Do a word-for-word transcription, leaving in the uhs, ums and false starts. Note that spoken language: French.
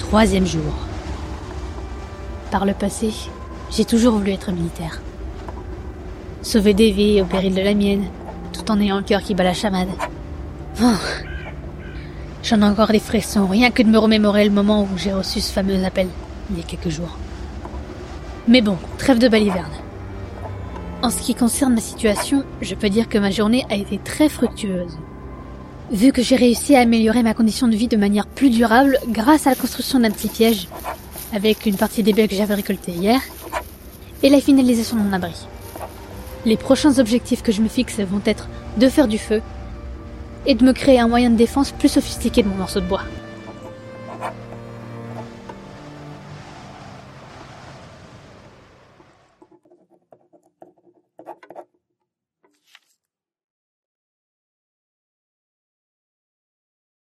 troisième jour. Par le passé, j'ai toujours voulu être militaire. Sauver des vies au péril de la mienne, tout en ayant le cœur qui bat la chamade. Oh. J'en ai encore des frissons, rien que de me remémorer le moment où j'ai reçu ce fameux appel, il y a quelques jours. Mais bon, trêve de baliverne. En ce qui concerne ma situation, je peux dire que ma journée a été très fructueuse. Vu que j'ai réussi à améliorer ma condition de vie de manière plus durable grâce à la construction d'un petit piège, avec une partie des baies que j'avais récoltées hier, et la finalisation de mon abri. Les prochains objectifs que je me fixe vont être de faire du feu, et de me créer un moyen de défense plus sophistiqué de mon morceau de bois.